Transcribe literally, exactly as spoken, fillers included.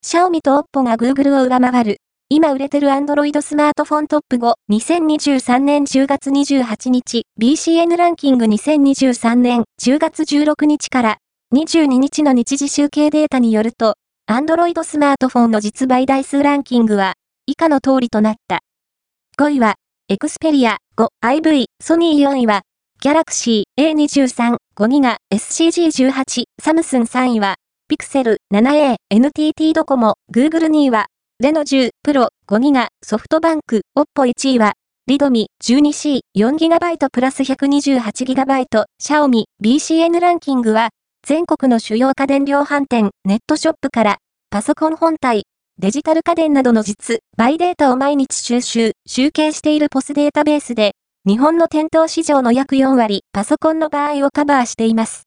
シャオミと オッポ が Google を上回る。今売れてる Android スマートフォントップご、にせんにじゅうさんねんじゅうがつにじゅうはちにち、ビーシーエヌ ランキングにせんにじゅうさんねんじゅうがつじゅうろくにちからにじゅうににちの日時集計データによると、Android スマートフォンの実売台数ランキングは、以下の通りとなった。ごいは、Xperia ご、アイブイ、ソニーよんいは、Galaxy エーにじゅうさん、ごギガ、エスシージーじゅうはち、サムスンさんいは、Pixel ななエー、エヌティーティー ドコモ、Google にいは、レノじゅう、プロ、ごギガ、ソフトバンク、オッポいちいは、リドミ じゅうにシー、よんギガバイト プラス ひゃくにじゅうはちギガバイト、シャオミ、ビーシーエヌ ランキングは、全国の主要家電量販店、ネットショップから、パソコン本体、デジタル家電などの実、売データを毎日収集、集計しているポスデータベースで、日本の店頭市場の約よんわり、パソコンの場合をカバーしています。